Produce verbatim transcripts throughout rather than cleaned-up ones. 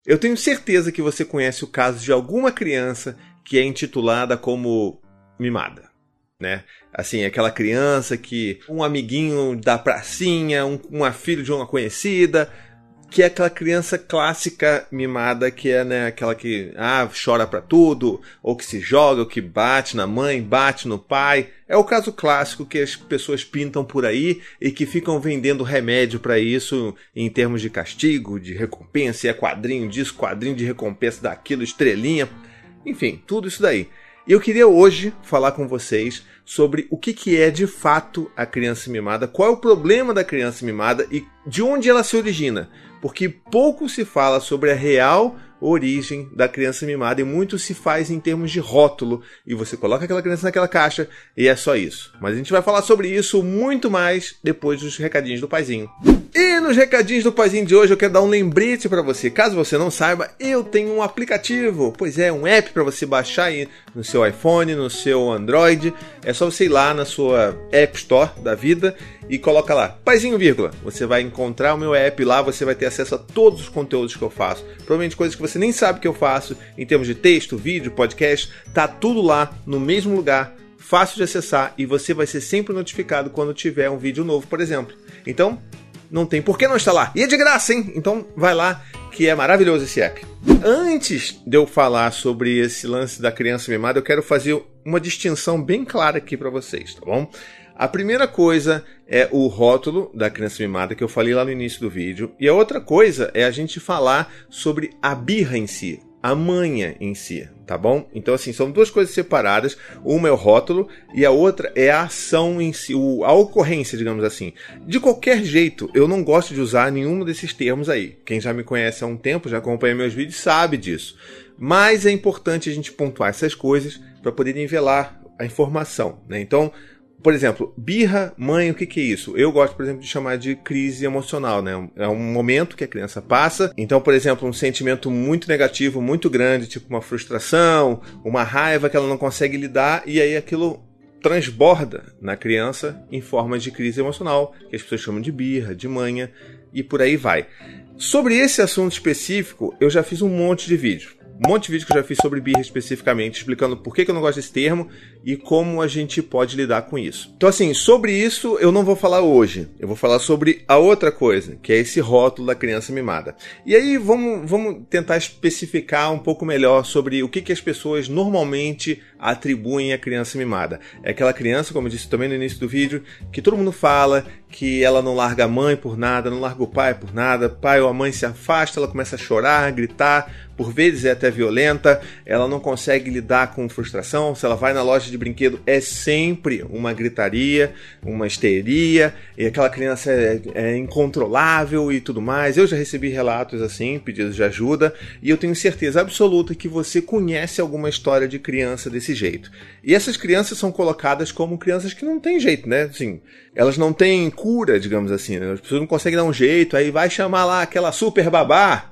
Eu tenho certeza que você conhece o caso de alguma criança que é intitulada como mimada, né? Assim, aquela criança que um amiguinho da pracinha, um, uma filha de uma conhecida, que é aquela criança clássica mimada, que é, né, aquela que ah, chora pra tudo, ou que se joga, ou que bate na mãe, bate no pai. É o caso clássico que as pessoas pintam por aí e que ficam vendendo remédio pra isso em termos de castigo, de recompensa, e é quadrinho disso, quadrinho de recompensa daquilo, estrelinha, enfim, tudo isso daí. E eu queria hoje falar com vocês sobre o que, que é de fato a criança mimada, qual é o problema da criança mimada e de onde ela se origina. Porque pouco se fala sobre a real origem da criança mimada e muito se faz em termos de rótulo. E você coloca aquela criança naquela caixa e é só isso. Mas a gente vai falar sobre isso muito mais depois dos recadinhos do paizinho. E nos recadinhos do paizinho de hoje eu quero dar um lembrete para você. Caso você não saiba, eu tenho um aplicativo. Pois é, um app para você baixar aí no seu iPhone, no seu Android. É só você ir lá na sua App Store da vida e coloca lá, paizinho, vírgula. Você vai encontrar o meu app lá, você vai ter acesso a todos os conteúdos que eu faço. Provavelmente coisas que você nem sabe que eu faço, em termos de texto, vídeo, podcast. Tá tudo lá, no mesmo lugar, fácil de acessar e você vai ser sempre notificado quando tiver um vídeo novo, por exemplo. Então, não tem por que não estar lá. E é de graça, hein? Então vai lá, que é maravilhoso esse app. Antes de eu falar sobre esse lance da criança mimada, eu quero fazer uma distinção bem clara aqui para vocês, tá bom? A primeira coisa é o rótulo da criança mimada, que eu falei lá no início do vídeo. E a outra coisa é a gente falar sobre a birra em si, a manha em si, tá bom? Então, assim, são duas coisas separadas. Uma é o rótulo e a outra é a ação em si, a ocorrência, digamos assim. De qualquer jeito, eu não gosto de usar nenhum desses termos aí. Quem já me conhece há um tempo, já acompanha meus vídeos, sabe disso. Mas é importante a gente pontuar essas coisas para poder nivelar a informação, né? Então, por exemplo, birra, mãe, o que, que é isso? Eu gosto, por exemplo, de chamar de crise emocional, né? É um momento que a criança passa. Então, por exemplo, um sentimento muito negativo, muito grande, tipo uma frustração, uma raiva que ela não consegue lidar, e aí aquilo transborda na criança em forma de crise emocional, que as pessoas chamam de birra, de manha, e por aí vai. Sobre esse assunto específico, eu já fiz um monte de vídeo. Um monte de vídeo que eu já fiz sobre birra especificamente, explicando por que eu não gosto desse termo e como a gente pode lidar com isso. Então, assim, sobre isso eu não vou falar hoje. Eu vou falar sobre a outra coisa, que é esse rótulo da criança mimada. E aí vamos, vamos tentar especificar um pouco melhor sobre o que, que as pessoas normalmente atribuem à criança mimada. É aquela criança, como eu disse também no início do vídeo, que todo mundo fala que ela não larga a mãe por nada, não larga o pai por nada, pai ou a mãe se afasta, ela começa a chorar, gritar, por vezes é até violenta, ela não consegue lidar com frustração, se ela vai na loja de brinquedo é sempre uma gritaria, uma histeria, e aquela criança é, é incontrolável e tudo mais. Eu já recebi relatos assim, pedidos de ajuda, e eu tenho certeza absoluta que você conhece alguma história de criança desse jeito. E essas crianças são colocadas como crianças que não têm jeito, né? Assim, elas não têm cura, digamos assim, né? As pessoas não conseguem dar um jeito, aí vai chamar lá aquela super babá,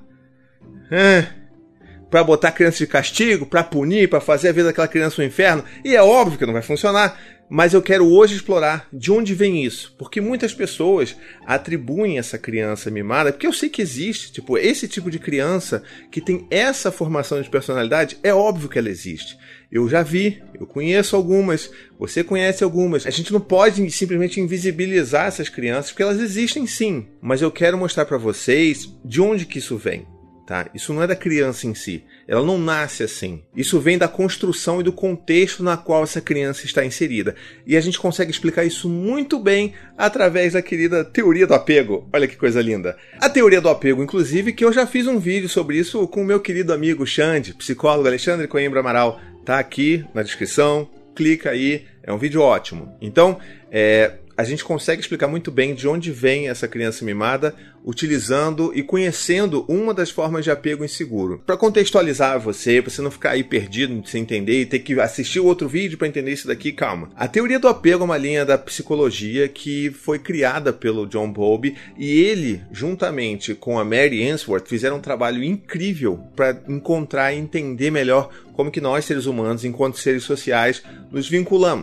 é, para botar a criança de castigo, para punir, para fazer a vida daquela criança um inferno. E é óbvio que não vai funcionar, mas eu quero hoje explorar de onde vem isso. Porque muitas pessoas atribuem essa criança mimada, porque eu sei que existe, tipo, esse tipo de criança que tem essa formação de personalidade, é óbvio que ela existe. Eu já vi, eu conheço algumas, você conhece algumas. A gente não pode simplesmente invisibilizar essas crianças, porque elas existem sim. Mas eu quero mostrar para vocês de onde que isso vem. Tá? Isso não é da criança em si, ela não nasce assim. Isso vem da construção e do contexto na qual essa criança está inserida. E a gente consegue explicar isso muito bem através da querida teoria do apego. Olha que coisa linda. A teoria do apego, inclusive, que eu já fiz um vídeo sobre isso com o meu querido amigo Xande, psicólogo Alexandre Coimbra Amaral. Tá aqui na descrição, clica aí, é um vídeo ótimo. Então, é... a gente consegue explicar muito bem de onde vem essa criança mimada, utilizando e conhecendo uma das formas de apego inseguro. Para contextualizar você, para você não ficar aí perdido, sem entender e ter que assistir outro vídeo para entender isso daqui, calma. A teoria do apego é uma linha da psicologia que foi criada pelo John Bowlby e ele, juntamente com a Mary Ainsworth, fizeram um trabalho incrível para encontrar e entender melhor como que nós, seres humanos, enquanto seres sociais, nos vinculamos.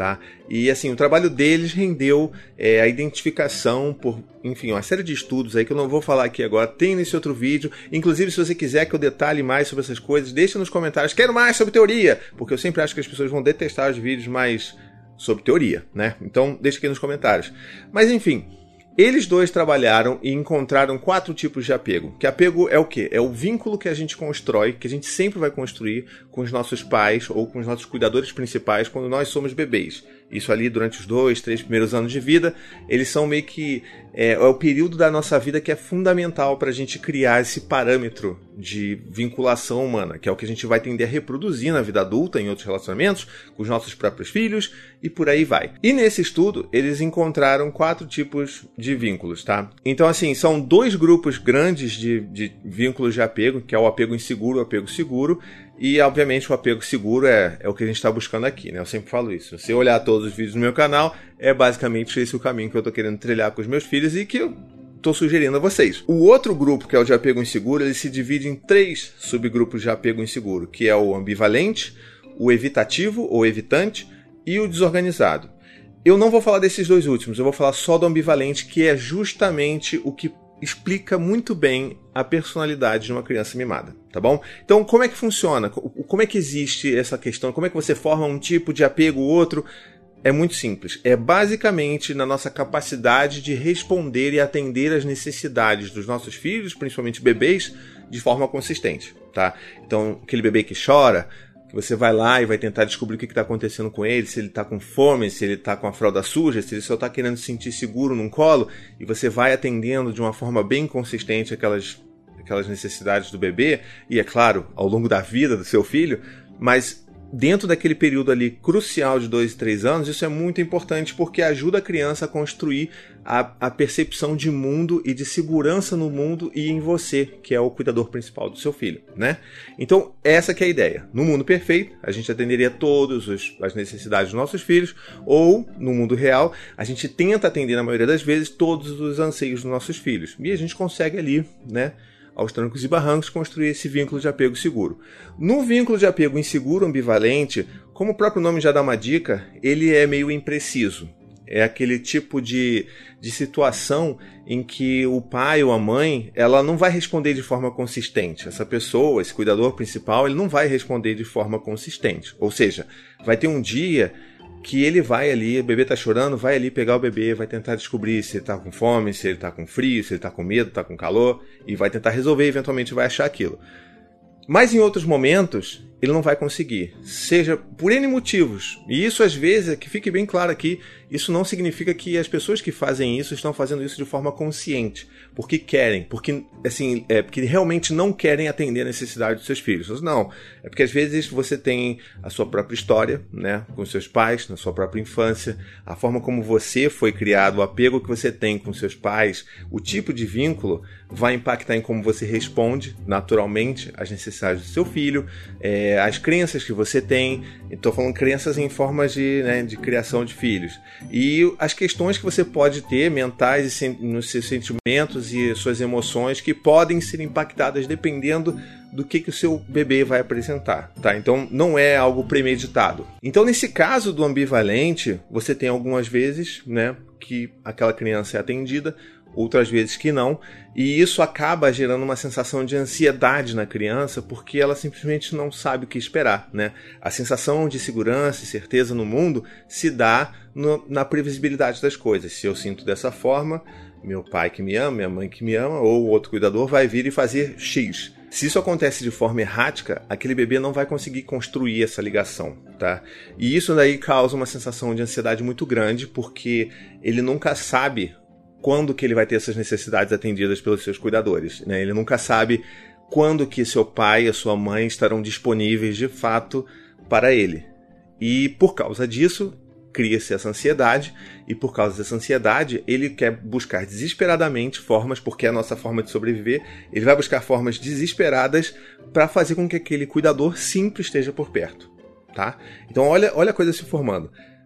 Tá? E assim, o trabalho deles rendeu é, a identificação por, enfim, uma série de estudos aí que eu não vou falar aqui agora, tem nesse outro vídeo. Inclusive, se você quiser que eu detalhe mais sobre essas coisas, deixa nos comentários, quero mais sobre teoria, porque eu sempre acho que as pessoas vão detestar os vídeos mais sobre teoria, né? Então, deixa aqui nos comentários. Mas enfim, eles dois trabalharam e encontraram quatro tipos de apego. Que apego é o quê? É o vínculo que a gente constrói, que a gente sempre vai construir com os nossos pais ou com os nossos cuidadores principais quando nós somos bebês. Isso ali durante os dois, três primeiros anos de vida, eles são meio que... É, é o período da nossa vida que é fundamental para a gente criar esse parâmetro de vinculação humana, que é o que a gente vai tender a reproduzir na vida adulta, em outros relacionamentos, com os nossos próprios filhos e por aí vai. E nesse estudo, eles encontraram quatro tipos de vínculos, tá? Então, assim, são dois grupos grandes de, de vínculos de apego, que é o apego inseguro e o apego seguro. E, obviamente, o apego seguro é, é o que a gente está buscando aqui, né? Eu sempre falo isso. Se você olhar todos os vídeos do meu canal, é basicamente esse o caminho que eu estou querendo trilhar com os meus filhos e que eu estou sugerindo a vocês. O outro grupo, que é o de apego inseguro, ele se divide em três subgrupos de apego inseguro, que é o ambivalente, o evitativo ou evitante e o desorganizado. Eu não vou falar desses dois últimos, eu vou falar só do ambivalente, que é justamente o que explica muito bem a personalidade de uma criança mimada, tá bom? Então, como é que funciona? Como é que existe essa questão? Como é que você forma um tipo de apego ou outro? É muito simples. É basicamente na nossa capacidade de responder e atender às necessidades dos nossos filhos, principalmente bebês, de forma consistente, tá? Então, aquele bebê que chora, que você vai lá e vai tentar descobrir o que está acontecendo com ele, se ele está com fome, se ele está com a fralda suja, se ele só está querendo se sentir seguro num colo, e você vai atendendo de uma forma bem consistente aquelas, aquelas necessidades do bebê, e é claro, ao longo da vida do seu filho, mas dentro daquele período ali crucial de dois e três anos, isso é muito importante porque ajuda a criança a construir a, a percepção de mundo e de segurança no mundo e em você, que é o cuidador principal do seu filho, né? Então, essa que é a ideia. No mundo perfeito, a gente atenderia todas as necessidades dos nossos filhos, ou, no mundo real, a gente tenta atender, na maioria das vezes, todos os anseios dos nossos filhos. E a gente consegue ali, né, aos trancos e barrancos, construir esse vínculo de apego seguro. No vínculo de apego inseguro ambivalente, como o próprio nome já dá uma dica, ele é meio impreciso. É aquele tipo de, de situação em que o pai ou a mãe, ela não vai responder de forma consistente. Essa pessoa, esse cuidador principal, ele não vai responder de forma consistente. Ou seja, vai ter um dia que ele vai ali, o bebê tá chorando, vai ali pegar o bebê, vai tentar descobrir se ele tá com fome, se ele tá com frio, se ele tá com medo, tá com calor, e vai tentar resolver e eventualmente vai achar aquilo. Mas em outros momentos, ele não vai conseguir, seja por N motivos. E isso, às vezes, que fique bem claro aqui, isso não significa que as pessoas que fazem isso estão fazendo isso de forma consciente, porque querem, porque, assim, é, porque realmente não querem atender a necessidade dos seus filhos. Não, é porque às vezes você tem a sua própria história, né, com seus pais, na sua própria infância, a forma como você foi criado, o apego que você tem com seus pais, o tipo de vínculo vai impactar em como você responde naturalmente às necessidades do seu filho, é, as crenças que você tem. Estou falando crenças em formas de, né, de criação de filhos. E as questões que você pode ter mentais nos seus sentimentos e suas emoções que podem ser impactadas dependendo do que, que o seu bebê vai apresentar, tá? Então não é algo premeditado. Então nesse caso do ambivalente, você tem algumas vezes, né, que aquela criança é atendida, outras vezes que não, e isso acaba gerando uma sensação de ansiedade na criança, porque ela simplesmente não sabe o que esperar, né? A sensação de segurança e certeza no mundo se dá no, na previsibilidade das coisas. Se eu sinto dessa forma, meu pai que me ama, minha mãe que me ama, ou outro cuidador vai vir e fazer X. Se isso acontece de forma errática, aquele bebê não vai conseguir construir essa ligação, tá? E isso daí causa uma sensação de ansiedade muito grande, porque ele nunca sabe quando que ele vai ter essas necessidades atendidas pelos seus cuidadores, né? Ele nunca sabe quando que seu pai e a sua mãe estarão disponíveis de fato para ele. E por causa disso, cria-se essa ansiedade, e por causa dessa ansiedade, ele quer buscar desesperadamente formas, porque é a nossa forma de sobreviver, ele vai buscar formas desesperadas para fazer com que aquele cuidador sempre esteja por perto, tá? Então olha, olha a coisa se formando.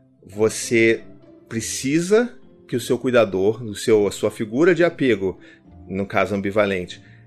Você precisa que o seu cuidador, o seu, a sua figura de apego, no caso ambivalente,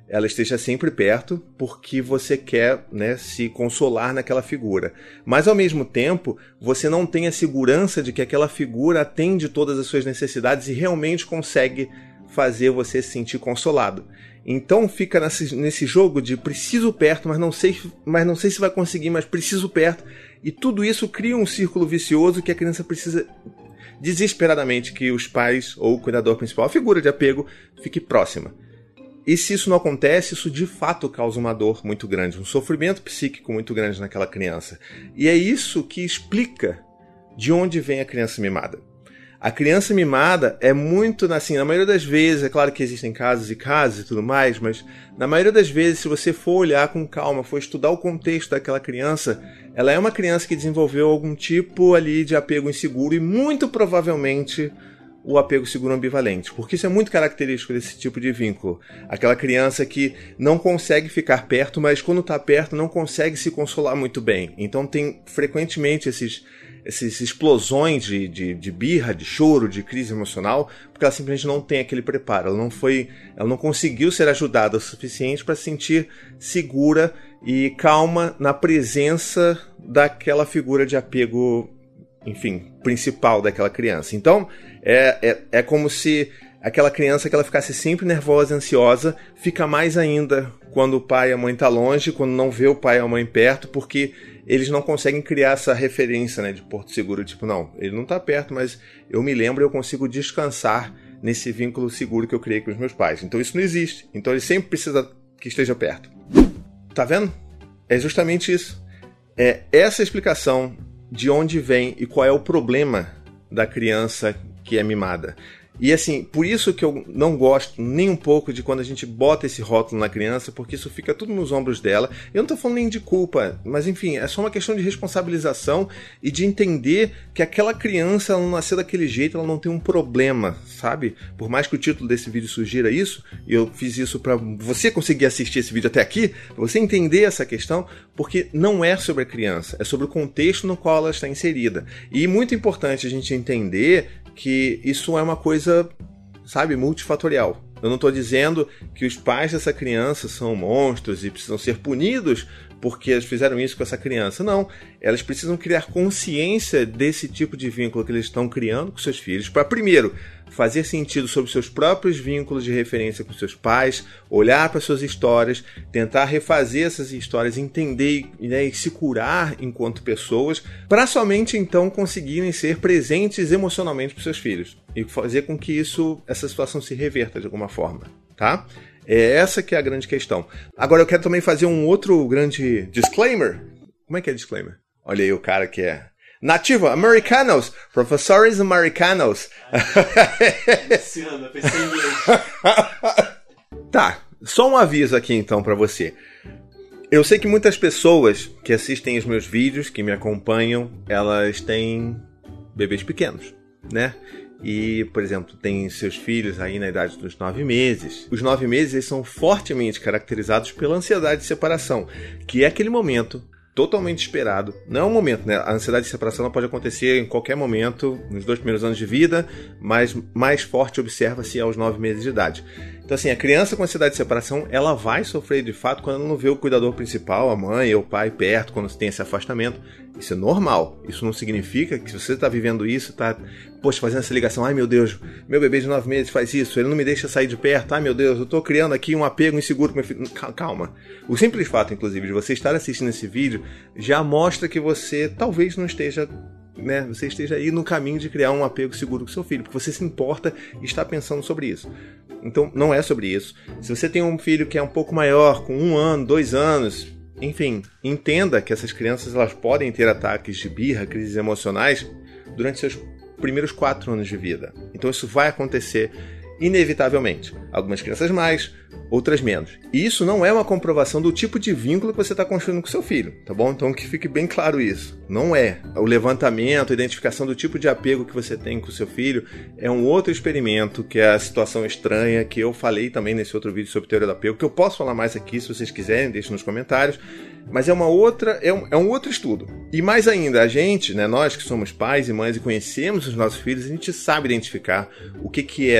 ela esteja sempre perto, porque você quer, né, se consolar naquela figura. Mas, ao mesmo tempo, você não tem a segurança de que aquela figura atende todas as suas necessidades e realmente consegue fazer você se sentir consolado. Então fica nesse, nesse jogo de preciso perto, mas não, sei, mas não sei se vai conseguir, mas preciso perto. E tudo isso cria um círculo vicioso que a criança precisa desesperadamente que os pais ou o cuidador principal, a figura de apego, fique próxima. E se isso não acontece, isso de fato causa uma dor muito grande, um sofrimento psíquico muito grande naquela criança. E é isso que explica de onde vem a criança mimada. A criança mimada é muito, assim, na maioria das vezes, é claro que existem casos e casos e tudo mais, mas na maioria das vezes, se você for olhar com calma, for estudar o contexto daquela criança, ela é uma criança que desenvolveu algum tipo ali de apego inseguro e muito provavelmente o apego seguro ambivalente, porque isso é muito característico desse tipo de vínculo. Aquela criança que não consegue ficar perto, mas quando está perto não consegue se consolar muito bem. Então tem frequentemente esses, essas explosões de, de, de birra, de choro, de crise emocional, porque ela simplesmente não tem aquele preparo. Ela não foi, ela não conseguiu ser ajudada o suficiente para se sentir segura e calma na presença daquela figura de apego, enfim, principal daquela criança. Então, é, é, é como se aquela criança que ela ficasse sempre nervosa, ansiosa, fica mais ainda quando o pai e a mãe estão longe, quando não vê o pai e a mãe perto, porque eles não conseguem criar essa referência, né, de porto seguro, tipo, não, ele não está perto, mas eu me lembro e eu consigo descansar nesse vínculo seguro que eu criei com os meus pais. Então isso não existe. Então ele sempre precisa que esteja perto. Tá vendo? É justamente isso. É essa explicação de onde vem e qual é o problema da criança que é mimada. E assim, por isso que eu não gosto nem um pouco de quando a gente bota esse rótulo na criança, porque isso fica tudo nos ombros dela. Eu não tô falando nem de culpa, mas enfim, é só uma questão de responsabilização e de entender que aquela criança, ela não nasceu daquele jeito, ela não tem um problema, sabe? Por mais que o título desse vídeo sugira isso, e eu fiz isso para você conseguir assistir esse vídeo até aqui, pra você entender essa questão, porque não é sobre a criança, é sobre o contexto no qual ela está inserida. E muito importante a gente entender que isso é uma coisa, sabe, multifatorial. Eu não estou dizendo que os pais dessa criança são monstros e precisam ser punidos porque eles fizeram isso com essa criança. Não, elas precisam criar consciência desse tipo de vínculo que eles estão criando com seus filhos, para primeiro fazer sentido sobre seus próprios vínculos de referência com seus pais, olhar para suas histórias, tentar refazer essas histórias, entender, né, e se curar enquanto pessoas, para somente então conseguirem ser presentes emocionalmente para seus filhos e fazer com que isso, essa situação se reverta de alguma forma, tá? É essa que é a grande questão. Agora eu quero também fazer um outro grande disclaimer. Como é que é disclaimer? Olha aí o cara que é nativo, americanos, professores americanos. Tá, só um aviso aqui então pra você. Eu sei que muitas pessoas que assistem os meus vídeos, que me acompanham, elas têm bebês pequenos, né? E, por exemplo, tem seus filhos aí na idade dos nove meses. Os nove meses eles são fortemente caracterizados pela ansiedade de separação, que é aquele momento totalmente esperado. Não é um momento, né? A ansiedade de separação ela pode acontecer em qualquer momento, nos dois primeiros anos de vida, mas mais forte observa-se aos nove meses de idade. Então, assim, a criança com ansiedade de separação, ela vai sofrer de fato quando ela não vê o cuidador principal, a mãe ou o pai perto, quando tem esse afastamento. Isso é normal. Isso não significa que se você está vivendo isso, está, poxa, fazendo essa ligação, ai meu Deus, meu bebê de nove meses faz isso, ele não me deixa sair de perto, ai meu Deus, eu estou criando aqui um apego inseguro com meu filho. Calma. O simples fato, inclusive, de você estar assistindo esse vídeo, já mostra que você talvez não esteja... né, você esteja aí no caminho de criar um apego seguro com seu filho, porque você se importa e está pensando sobre isso. Então, não é sobre isso. Se você tem um filho que é um pouco maior, com um ano, dois anos, enfim, entenda que essas crianças elas podem ter ataques de birra, crises emocionais, durante seus primeiros quatro anos de vida. Então, isso vai acontecer inevitavelmente. Algumas crianças mais, outras menos. E isso não é uma comprovação do tipo de vínculo que você está construindo com seu filho, tá bom? Então que fique bem claro isso. Não é. O levantamento, a identificação do tipo de apego que você tem com seu filho é um outro experimento, que é a situação estranha, que eu falei também nesse outro vídeo sobre teoria do apego, que eu posso falar mais aqui, se vocês quiserem, deixem nos comentários. Mas é uma outra, é um, é um outro estudo. E mais ainda, a gente, né, nós que somos pais e mães e conhecemos os nossos filhos, a gente sabe identificar o que, que é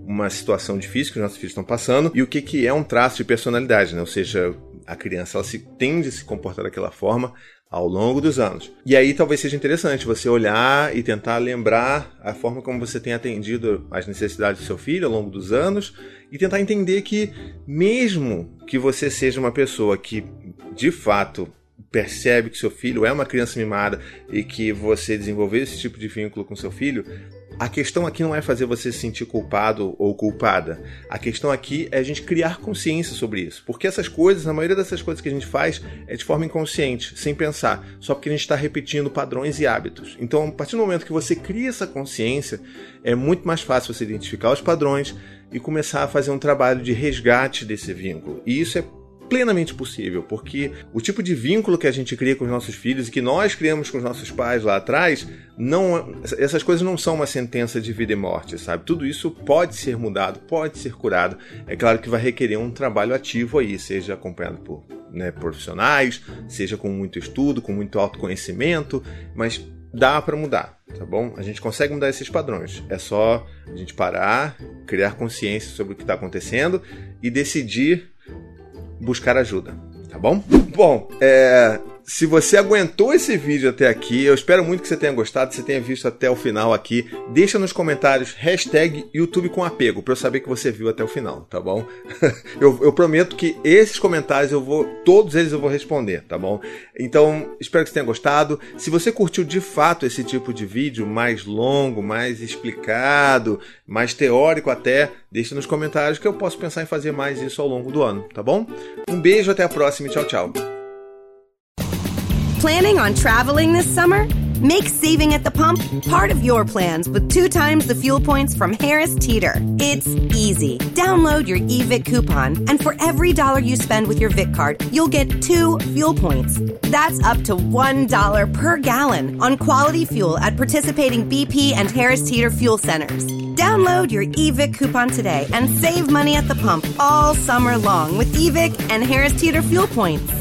uma situação difícil que os nossos filhos estão passando e o que, que é um traço de personalidade, né? Ou seja, a criança ela se tende a se comportar daquela forma ao longo dos anos. E aí talvez seja interessante você olhar e tentar lembrar a forma como você tem atendido às necessidades do seu filho ao longo dos anos e tentar entender que mesmo que você seja uma pessoa que de fato percebe que seu filho é uma criança mimada e que você desenvolveu esse tipo de vínculo com seu filho, a questão aqui não é fazer você se sentir culpado ou culpada. A questão aqui é a gente criar consciência sobre isso. Porque essas coisas, a maioria dessas coisas que a gente faz é de forma inconsciente, sem pensar, só porque a gente está repetindo padrões e hábitos. Então, a partir do momento que você cria essa consciência, é muito mais fácil você identificar os padrões e começar a fazer um trabalho de resgate desse vínculo. E isso é plenamente possível, porque o tipo de vínculo que a gente cria com os nossos filhos e que nós criamos com os nossos pais lá atrás, não, essas coisas não são uma sentença de vida e morte, sabe? Tudo isso pode ser mudado, pode ser curado. É claro que vai requerer um trabalho ativo aí, seja acompanhado por, né, profissionais, seja com muito estudo, com muito autoconhecimento, mas dá para mudar, tá bom? A gente consegue mudar esses padrões. É só a gente parar, criar consciência sobre o que está acontecendo e decidir buscar ajuda, tá bom? Bom, é, se você aguentou esse vídeo até aqui, eu espero muito que você tenha gostado, que você tenha visto até o final aqui. Deixa nos comentários hashtag YouTube com apego, para eu saber que você viu até o final, tá bom? eu, eu prometo que esses comentários eu vou, todos eles eu vou responder, tá bom? Então, espero que você tenha gostado. Se você curtiu de fato esse tipo de vídeo mais longo, mais explicado, mais teórico até, deixa nos comentários que eu posso pensar em fazer mais isso ao longo do ano, tá bom? Um beijo, até a próxima e tchau, tchau. Planning on traveling this summer? Make saving at the pump part of your plans with two times the fuel points from Harris Teeter. It's easy. Download your E V I C coupon, and for every dollar you spend with your V I C card, you'll get two fuel points. That's up to one dollar per gallon on quality fuel at participating B P and Harris Teeter fuel centers. Download your E V I C coupon today and save money at the pump all summer long with E V I C and Harris Teeter fuel points.